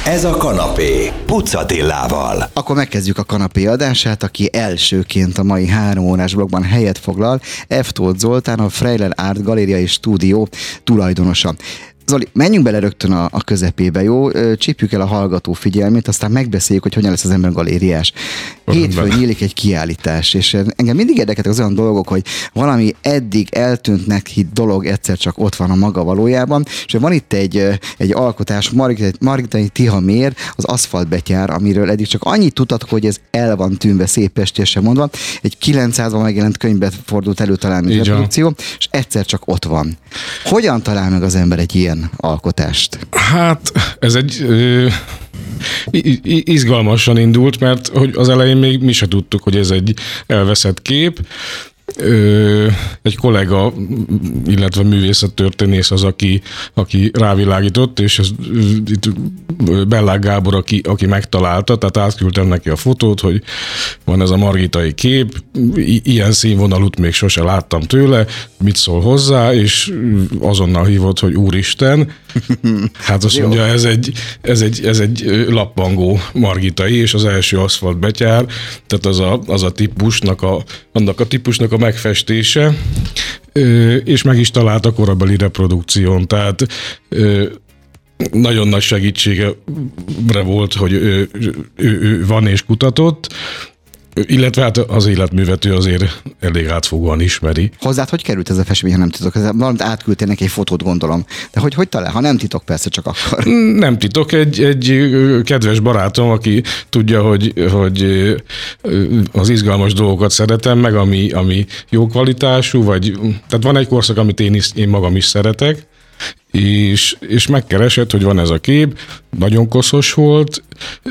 Ez a kanapé Puc Attilával. Akkor megkezdjük a kanapé adását, aki elsőként a mai 3 órás blogban helyet foglal, F. Tóth Zoltán, a Freiler Art Galéria és Stúdió tulajdonosa. Zoli, menjünk bele rögtön a közepébe, jó? Csípjük el a hallgató figyelmét, aztán megbeszéljük, hogy hogyan lesz az ember galériás. Hétfőn nyílik egy kiállítás, és engem mindig érdekeltek az olyan dolgok, hogy valami eddig eltűntnek hitt dolog egyszer csak ott van a maga valójában, és van itt egy alkotás, Margitai Tihamér, az aszfaltbetyár, amiről eddig csak annyit tudtatok, hogy ez el van tűnve szép pestésen mondva, egy 900-ban megjelent könyvbe fordult elő talán a reprodukció, és egyszer csak ott van. Hogyan talál meg az ember egy ilyen alkotást? Hát ez egy izgalmasan indult, mert hogy az elején még mi se tudtuk, hogy ez egy elveszett kép. Egy kollega, illetve művészettörténész az, aki rávilágított, és ez itt Bellák Gábor, aki megtalálta, tehát átküldtem neki a fotót, hogy van ez a margitai kép, ilyen színvonalut még sose láttam tőle, mit szól hozzá, és azonnal hívott, hogy úristen, hát azt mondja, ez egy lappangó margitai, és az első aszfaltbetyár, tehát az a típusnak, annak a típusnak a megfestése, és meg is talált a korabeli reprodukción, tehát nagyon nagy segítségre volt, hogy ő van és kutatott, illetve hát az életművet ő azért elég átfogóan ismeri. Hozzád hogy került ez a festmény, ha nem titok? Valamit átküldtél neki egy fotót, gondolom. De hogy talál? Ha nem titok, persze csak akkor. Nem titok. Egy kedves barátom, aki tudja, hogy az izgalmas dolgokat szeretem, meg ami jó kvalitású, tehát van egy korszak, amit én magam is szeretek, és megkeresett, hogy van ez a kép, nagyon koszos volt,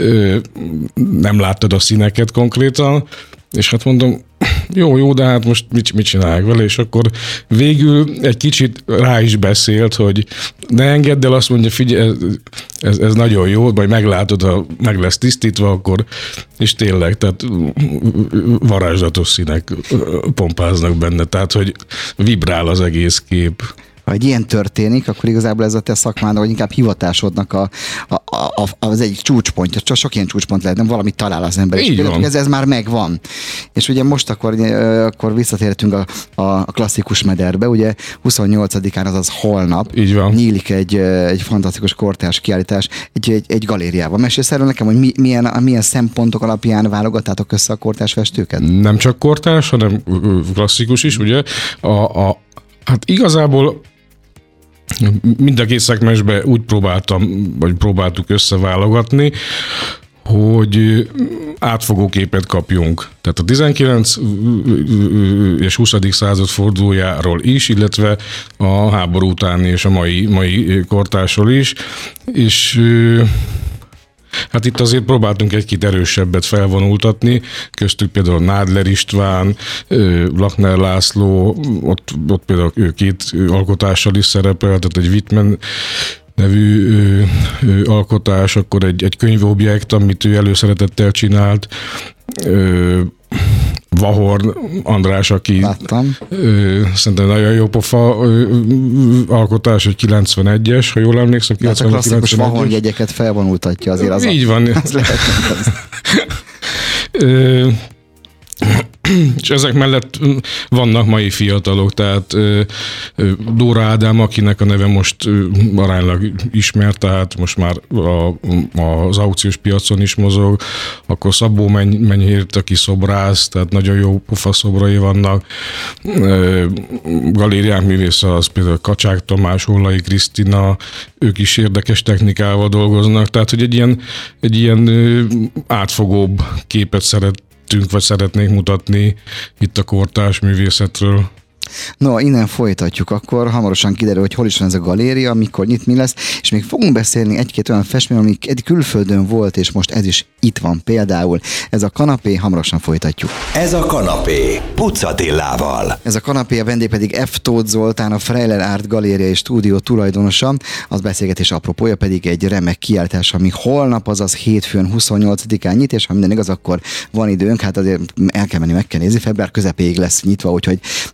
nem láttad a színeket konkrétan, és hát mondom, jó, de hát most mit csinálják vele, és akkor végül egy kicsit rá is beszélt, hogy ne engedd el, azt mondja, figyelj, ez nagyon jó, majd meglátod, ha meg lesz tisztítva, akkor, és tényleg, tehát varázslatos színek pompáznak benne, tehát hogy vibrál az egész kép. Ha egy ilyen történik, akkor igazából ez a te szakmának, vagy inkább hivatásodnak az egyik csúcspontja, csak sok ilyen csúcspont lehet, nem valamit talál az ember. Így van. Ez már megvan. És ugye most akkor visszatérhetünk a klasszikus mederbe, ugye 28-án, azaz holnap nyílik egy fantasztikus kortárs kiállítás egy galériában. Mesélj erről nekem, hogy milyen szempontok alapján válogattátok össze a kortárs festőket? Nem csak kortárs, hanem klasszikus is, ugye? Hát igazából mind a két szegmensben úgy próbáltuk összeválogatni, hogy átfogó képet kapjunk. Tehát a 19 és 20. század fordulójáról is, illetve a háború utáni és a mai kortársról is, és hát itt azért próbáltunk egy-két erősebbet felvonultatni, köztük például Nádler István, Lakner László, ott például ő két alkotással is szerepel, tehát egy Wittmann nevű alkotás, akkor egy könyvobjekt, amit ő előszeretettel csinált, Vahorn András, aki szerintem nagyon jó pofa alkotás, egy 91-es, ha jól emlékszem. De a klasszikus Vahorn jegyeket felvonultatja azért az. Így van. Az lehet, és ezek mellett vannak mai fiatalok, tehát Dóra Ádám, akinek a neve most aránylag ismert, tehát most már az aukciós piacon is mozog, akkor Szabó Menyhért, aki szobrász, tehát nagyon jó pofa szobrai vannak. Galériák művésze az például Kacsák Tamás, Hollai Krisztina, ők is érdekes technikával dolgoznak, tehát hogy egy ilyen átfogóbb képet szeretnék mutatni itt a kortárs művészetről. No, innen folytatjuk, akkor hamarosan kiderül, hogy hol is van ez a galéria, mikor nyit, mi lesz, és még fogunk beszélni egy-két olyan festmény, ami egy külföldön volt, és most ez is itt van például. Ez a kanapé, hamarosan folytatjuk. Ez a kanapé Puc Attilával. Ez a kanapé, a vendég pedig F. Tóth Zoltán, a Freiler Art Galéria és Stúdió tulajdonosa. Az beszélgetés apropója pedig egy remek kiállítás, ami holnap, azaz hétfőn 28-án nyit, és ha minden igaz, akkor van időnk, hát azért el kell menni, meg kell nézni, február közepéig lesz nyitva, úgyhogy remek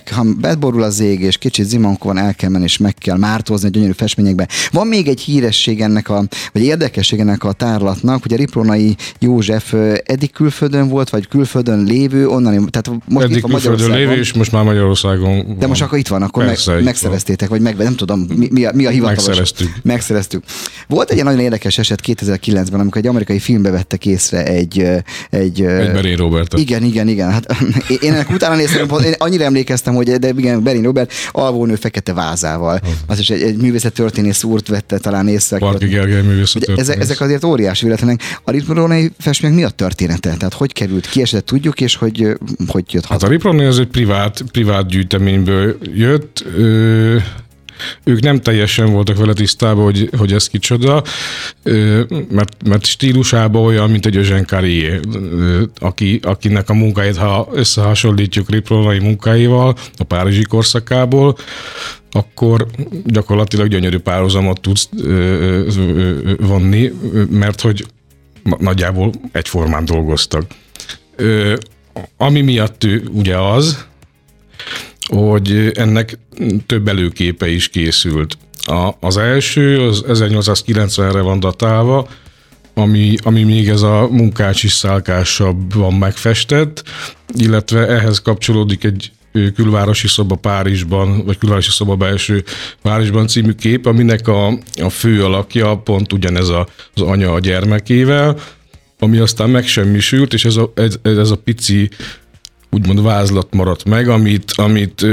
ha beborul az ég, és kicsit zimankó van, el kell menni, és meg kell mártózni a gyönyörű festményekbe. Van még egy híresség ennek vagy érdekesség ennek a tárlatnak, hogy a Riprónai József eddig külföldön volt, vagy külföldön lévő, onnan, tehát most eddig itt van külföldön lévő, és most már Magyarországon van. De most akkor itt van, akkor megszereztétek, vagy nem tudom, mi a hivatalos. Megszereztük. Volt egy nagyon érdekes eset 2009-ben, amikor egy amerikai filmbe vettek észre egy Berin Robertet. Igen. Hát én ennek utána néztem, én annyira emlékeztem, hogy de igen, Berin Robert alvónő fekete vázával. Az is egy művészettörténész úrt vette talán észre. Parki Gergely művészettörténész. Ezek azért óriási véletlenek. A Riprónai festmények mi a története? Tehát hogy került ki, esetleg tudjuk, és hogy jött Hát a Riprónai az egy privát gyűjteményből jött. Ők nem teljesen voltak vele tisztában, hogy ez kicsoda, mert stílusában olyan, mint egy Eugène Carrier, akinek a munkáit, ha összehasonlítjuk Riprónai munkáival, a párizsi korszakából, akkor gyakorlatilag gyönyörű párhuzamot tudsz vonni, mert hogy nagyjából egyformán dolgoztak. Ami miatt ugye az, hogy ennek több előképe is készült. Az első, az 1890-re van datálva, ami még ez a munkácsi szálkásabb van megfestett, illetve ehhez kapcsolódik egy Külvárosi szoba Párizsban, vagy Külvárosi szoba belső Párizsban című kép, aminek a fő alakja pont ugyanez az anya a gyermekével, ami aztán megsemmisült, és ez a pici úgymond vázlat maradt meg, amit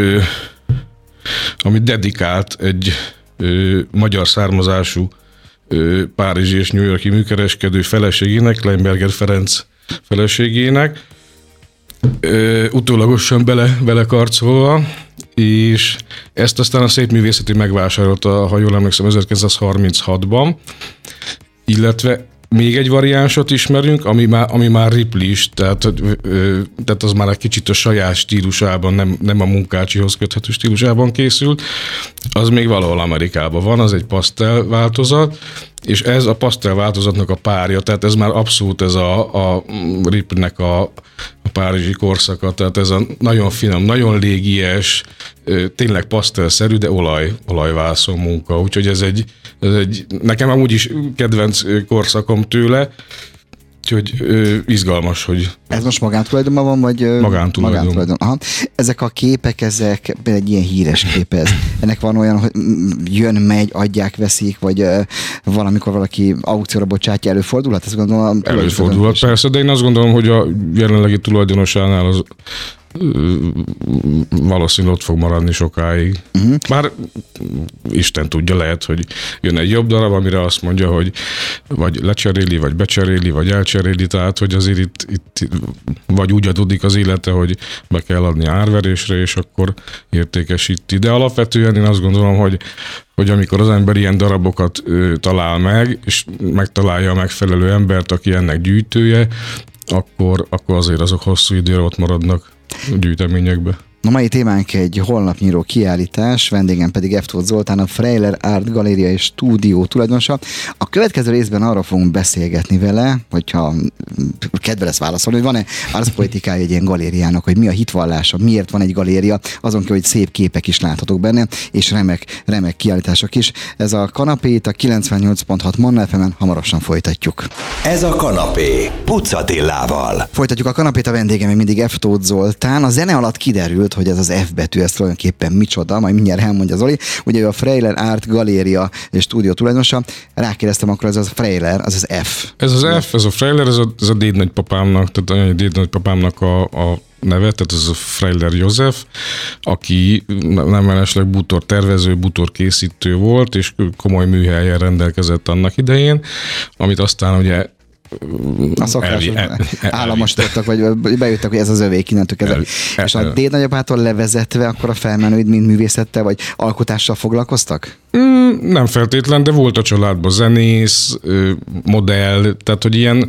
dedikált egy magyar származású párizsi és New York-i műkereskedő feleségének, Leinberger Ferenc feleségének, utólagosan belekarcolva, és ezt aztán a Szépművészeti megvásárolta, ha jól emlékszem, 1936-ban, illetve még egy variánsot ismerünk, ami már Ripley-s, tehát az már egy kicsit a saját stílusában, nem a munkácsihoz köthető stílusában készült. Az még valahol Amerikában van, az egy pasztel változat, és ez a pasztel változatnak a párja, tehát ez már abszolút ez a Ripley-nek a párizsi korszaka, tehát ez a nagyon finom, nagyon légies, tényleg pasztelszerű, de olajvászon munka, úgyhogy ez egy nekem amúgy is kedvenc korszakom tőle, úgyhogy izgalmas, hogy... Ez most magántulajdonban van, vagy... Magántulajdon. Aha. Ezek a képek, egy ilyen híres kép ez. Ennek van olyan, hogy jön, megy, adják, veszik, vagy valamikor valaki aukcióra bocsátja, előfordulhat? Ezt gondolom, előfordulhat persze, de én azt gondolom, hogy a jelenlegi tulajdonosánál az valószínűleg ott fog maradni sokáig. Bár Isten tudja, lehet, hogy jön egy jobb darab, amire azt mondja, hogy vagy lecseréli, vagy becseréli, vagy elcseréli, tehát hogy azért itt vagy úgy adódik az élete, hogy be kell adni árverésre, és akkor értékesíti. De alapvetően én azt gondolom, hogy amikor az ember ilyen darabokat talál meg, és megtalálja a megfelelő embert, aki ennek gyűjtője, akkor azért azok hosszú időre ott maradnak a gyűjteményekbe. A mai témánk egy holnap nyíró kiállítás, vendégem pedig F. Tóth Zoltán, a Freiler Art Galéria és Stúdió tulajdonosa. A következő részben arra fogunk beszélgetni vele, hogyha kedve lesz válaszolni, hogy van-e arszpolitikája egy ilyen galériának, hogy mi a hitvallása, miért van egy galéria, azon kívül, hogy szép képek is láthatók benne, és remek kiállítások is. Ez a kanapé, a 98.6 Manna FM-en, hamarosan folytatjuk. Ez a kanapé, Puc Attilával. Folytatjuk a kanapét, a vendégem még mindig F. Tóth Zoltán. A zene alatt kiderült, hogy ez az F betű, ez tulajdonképpen micsoda, majd mindjárt elmondja Zoli. Ugye ő a Freiler Art Galéria és Stúdió tulajdonosa. Rákérdeztem, akkor ez a Freiler, az az F. Ez az F, ez a Freiler, ez a dédnagypapámnak, tehát a dédnagypapámnak a neve, tehát ez a Freiler József, aki nem mellesleg bútortervező, bútorkészítő volt, és komoly műhelyen rendelkezett annak idején, amit aztán ugye a szokások államosítottak, vagy bejöttek, hogy ez az övék, innentől kezdve. És a dédnagyapától levezetve akkor a felmenőid mind művészettel, vagy alkotással foglalkoztak? Nem feltétlen, de volt a családban zenész, modell, tehát hogy ilyen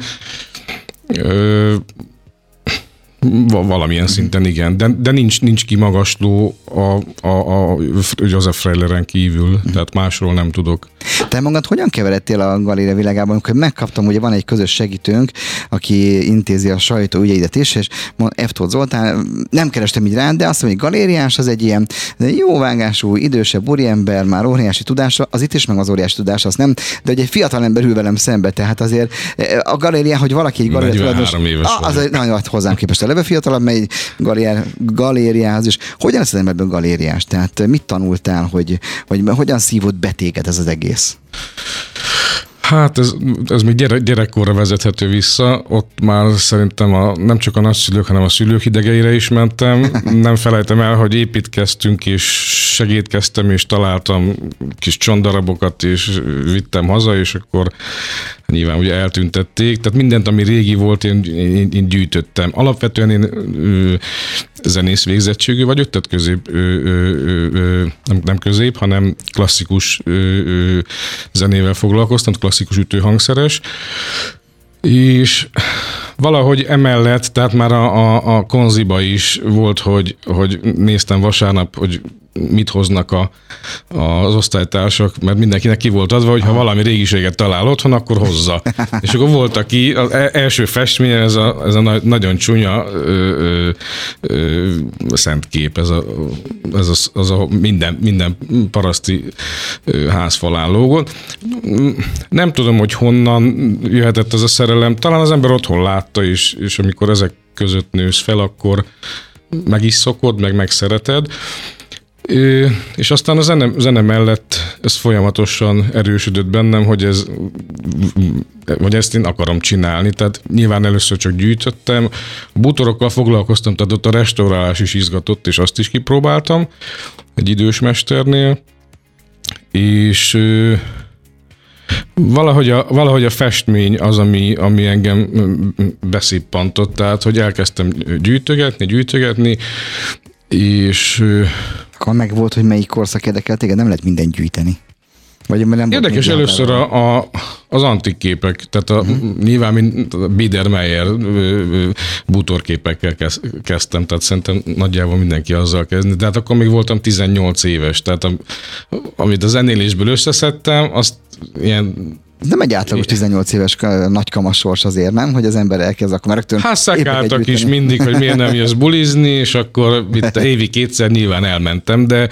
valamilyen szinten igen, de nincs kimagasló a József Freileren kívül, tehát másról nem tudok. Te magad hogyan keveredtél a galéria világában, amikor megkaptam, ugye van egy közös segítőnk, aki intézi a sajtó ügyeidet is, és F. Tóth Zoltán, nem kerestem így rá, de azt mondja, hogy galériás az egy ilyen jó vágású, idősebb úriember, már óriási tudása, az itt is meg az óriási tudás, azt nem, de hogy egy fiatal ember ül velem szembe, tehát azért a galéria, hogy valaki egy galéria tulajdonos, az egy nagyon hozzám képest a leve fiatalabb, mely galériához is. Hogyan lesz az emberből galériás? Tehát mit tanultál, hogy hogyan szívott be téged ez az egész? Hát ez még gyerekkorra vezethető vissza, ott már szerintem nem csak a nagyszülők, hanem a szülők idegeire is mentem. Nem felejtem el, hogy építkeztünk, és segítkeztem, és találtam kis csonddarabokat, és vittem haza, és akkor nyilván ugye eltüntették. Tehát mindent, ami régi volt, én gyűjtöttem. Alapvetően én zenész végzettségű vagyok, tehát nem közép, hanem klasszikus zenével foglalkoztam, klasszikus ütőhangszeres, és valahogy emellett, tehát már a konziba is volt, hogy néztem vasárnap, hogy mit hoznak az osztálytársak, mert mindenkinek ki volt adva, hogy ha valami régiséget talál otthon, akkor hozza. És akkor volt, aki az első festményen ez a nagyon csúnya szent kép, az a minden paraszti házfalán lógott. Nem tudom, hogy honnan jöhetett ez a szerelem. Talán az ember otthon látta, és amikor ezek között nősz fel, akkor meg is szokod, meg megszereted. És aztán a zene mellett ez folyamatosan erősödött bennem, hogy ezt én akarom csinálni. Tehát nyilván először csak gyűjtöttem, a bútorokkal foglalkoztam, tehát ott a restaurálás is izgatott, és azt is kipróbáltam egy idős mesternél, és valahogy a festmény az, ami engem beszippantott, tehát hogy elkezdtem gyűjtögetni, és akkor meg volt, hogy melyik korszak érdekel téged, nem lehet mindent gyűjteni. Vagy nem érdekes először az antik képek, tehát nyilván a Biedermeier bútorképekkel kezdtem, tehát szerintem nagyjából mindenki azzal kezdni, de hát akkor még voltam 18 éves, tehát amit a zenélésből összeszedtem, azt ilyen... Nem egy átlagos 18 éves nagykamas sors azért, nem? Hogy az ember elkezd akkor már rögtön... Hát szekáltak is mindig, hogy miért nem jössz bulizni, és akkor évi kétszer nyilván elmentem, de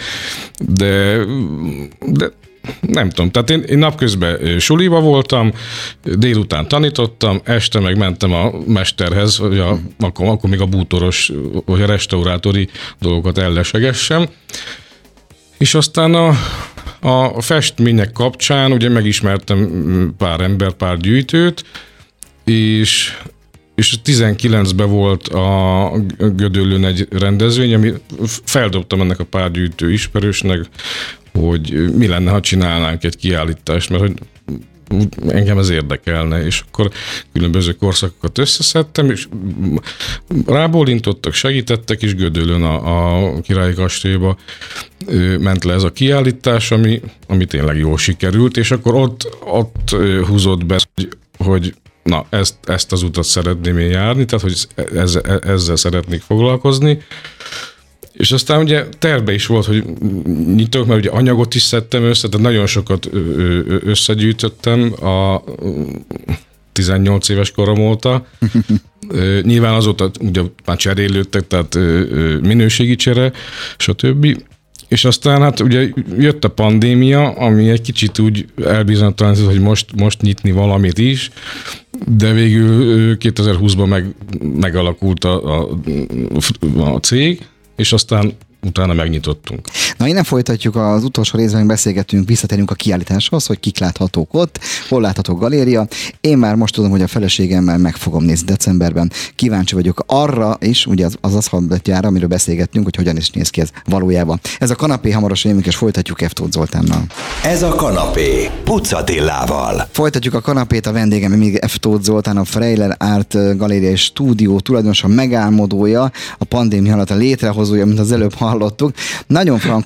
nem tudom. Tehát én napközben suliba voltam, délután tanítottam, este meg mentem a mesterhez, hogy akkor még a bútoros, vagy a restaurátori dolgokat ellesegessem. És aztán a festmények kapcsán ugye megismertem pár gyűjtőt, és 19-ben volt a Gödöllőn egy rendezvény, ami feldobtam ennek a pár gyűjtő ismerősnek, hogy mi lenne, ha csinálnánk egy kiállítást, mert hogy engem ez érdekelne, és akkor különböző korszakokat összeszedtem, és rábólintottak, segítettek, és Gödöllőn a Királyi Kastélyba ment le ez a kiállítás, ami tényleg jól sikerült, és akkor ott húzott be, hogy na, ezt az utat szeretném én járni, tehát hogy ezzel szeretnék foglalkozni. És aztán ugye terve is volt, hogy nyitok, mert ugye anyagot is szedtem össze, tehát nagyon sokat összegyűjtöttem a 18 éves korom óta. Nyilván azóta ugye már cserélődtek, tehát minőségi csere, stb. És aztán hát ugye jött a pandémia, ami egy kicsit úgy elbizonytalanított, hogy most nyitni valamit is, de végül 2020-ban megalakult a cég, és aztán utána megnyitottunk. Na, innen folytatjuk, az utolsó részben beszélgetünk, visszatérünk a kiállításhoz, hogy kik láthatók ott, hol látható galéria. Én már most tudom, hogy a feleségemmel meg fogom nézni decemberben. Kíváncsi vagyok arra is, ugye az aszfaltjára, amiről beszélgettünk, hogy hogyan is néz ki ez valójában. Ez a kanapé, hamarosan jövünk, és folytatjuk F. Tóth Zoltánnal. Ez a kanapé, Puc Attilával. Folytatjuk a kanapét, a vendégem még F. Tóth Zoltán, a Freiler Art Galéria és Stúdió tulajdonosa, megálmodója, a pandémia alatt a létrehozója, mint az előbb hallottuk. Nagyon frankó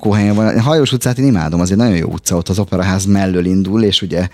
lakóhelyen van. A Hajós utcát én imádom, az egy nagyon jó utca, ott az Operaház mellől indul, és ugye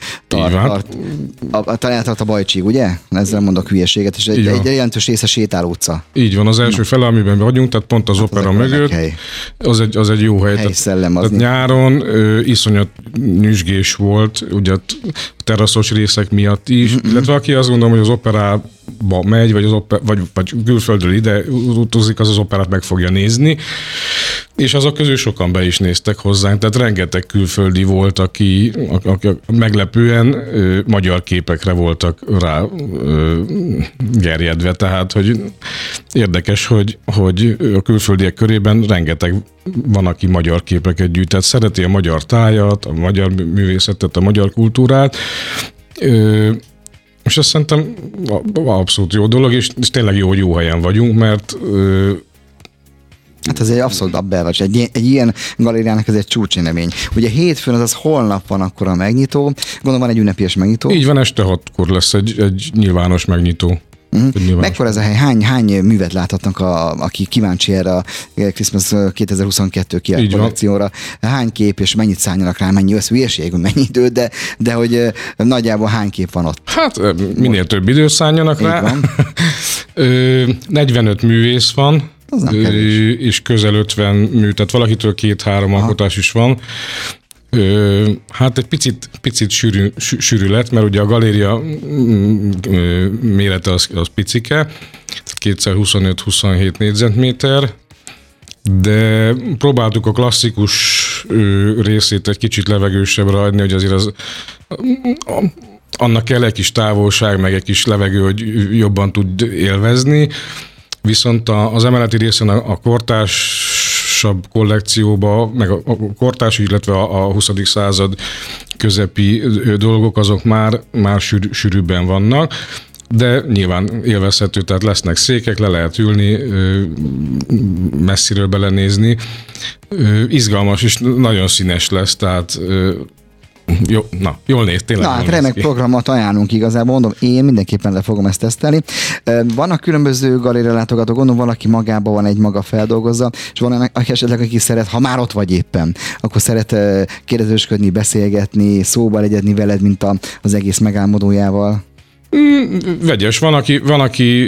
talán a Bajcsig, ugye? Ezzel mondok hülyeséget, és egy jelentős része sétáló utca. Így van, az első fele, amiben vagyunk, tehát pont az opera mögött, az egy jó hely. Tehát nyáron iszonyat nyüzsgés volt, ugye a teraszos részek miatt is, illetve aki azt gondolom, hogy az operába megy, vagy külföldről ide utazik, az operát meg fogja nézni, és azok közül sokan be is néztek hozzánk, tehát rengeteg külföldi volt, aki meglepően magyar képekre voltak rá gerjedve, tehát hogy érdekes, hogy a külföldiek körében rengeteg van, aki magyar képeket gyűjt, tehát szereti a magyar tájat, a magyar művészetet, a magyar kultúrát, és azt szerintem abszolút jó dolog, és tényleg jó, hogy jó helyen vagyunk, mert hát ez egy abszolút belváros. Egy ilyen galériának ez egy csúcsenemény. Ugye hétfőn, azaz holnap van akkor a megnyitó. Gondolom van egy ünnepélyes megnyitó. Így van, este 6-kor lesz egy nyilvános megnyitó. Mekkora ez a hely? Hány művet láthatnak, aki kíváncsi erre a Christmas 2022 kollekcióra? Hány kép, és mennyit szálljanak rá, mennyi hülyeség, mennyi idő, de hogy nagyjából hány kép van ott? Hát minél több időt szálljanak rá. 45 művész van, és közel 50 mű, tehát valakitől 2-3 alkotás is van. Hát egy picit sűrű lett, mert ugye a galéria mérete az picike, 225-27 négyzetméter, de próbáltuk a klasszikus részét egy kicsit levegősebbre adni, hogy azért annak kell egy kis távolság, meg egy kis levegő, hogy jobban tud élvezni, viszont az emeleti részen a kortársabb kollekcióba, meg a kortárs, illetve a 20. század közepi dolgok, azok már sűrűbben vannak, de nyilván élvezhető, tehát lesznek székek, le lehet ülni, messziről belenézni. Izgalmas és nagyon színes lesz, tehát jól néz, tényleg. Hát remek programot ajánlunk igazából, mondom, én mindenképpen le fogom ezt tesztelni. Vannak különböző galéria látogatók, gondolom valaki magában van, egy maga feldolgozza, és van esetleg, aki szeret, ha már ott vagy éppen, akkor szeret kérdezősködni, beszélgetni, szóba legyedni veled, mint az egész megálmodójával. Vegyes. Van, aki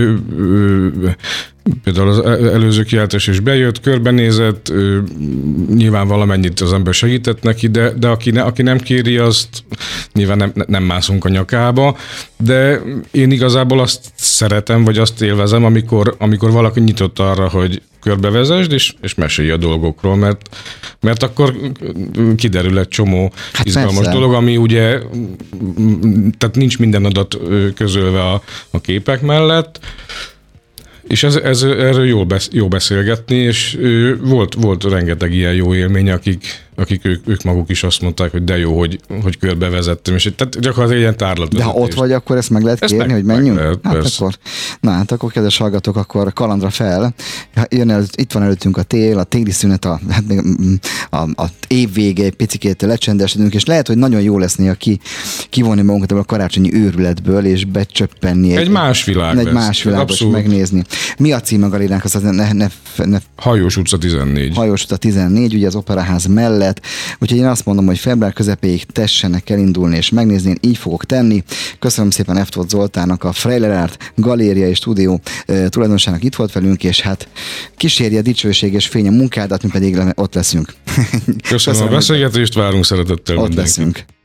például az előző kiáltás is bejött, körbenézett, nyilván valamennyit az ember segített neki, de aki nem kéri, azt nyilván nem mászunk a nyakába, de én igazából azt szeretem, vagy azt élvezem, amikor valaki nyitott arra, hogy körbevezesd, és mesélj a dolgokról, mert akkor kiderül egy csomó izgalmas dolog, ami ugye, tehát nincs minden adat közölve a képek mellett, és erről jó beszélgetni, és volt rengeteg ilyen jó élmény, akik ők maguk is azt mondták, hogy de jó, hogy körbevezettem, és tehát gyakorlatilag ilyen tárlatvezetés. De ha ott vagy, akkor ezt meg lehet kérni, hogy menjünk? Akkor kedves hallgatók, akkor kalandra fel. Itt van előttünk a tél, a téli szünet, a év vége, egy picikét lecsendesedünk, és lehet, hogy nagyon jó lesz néha kivonni magunkat ebből a karácsonyi őrületből, és becsöppenni. Egy más világ lesz. Egy más világos megnézni. Mi a cím a galériának? Hajós utca 14. Hajós utca 14, ugye az Operaház mellett. Úgyhogy én azt mondom, hogy február közepéig tessenek elindulni és megnézni, én így fogok tenni. Köszönöm szépen F. Tóth Zoltánnak, a Freiler Art Galéria és Stúdió tulajdonosának itt volt velünk, és hát kísérje dicsőség és fény a munkádat, mi pedig ott leszünk. Köszönöm a beszélgetést, várunk szeretettel ott mindenkit. Leszünk.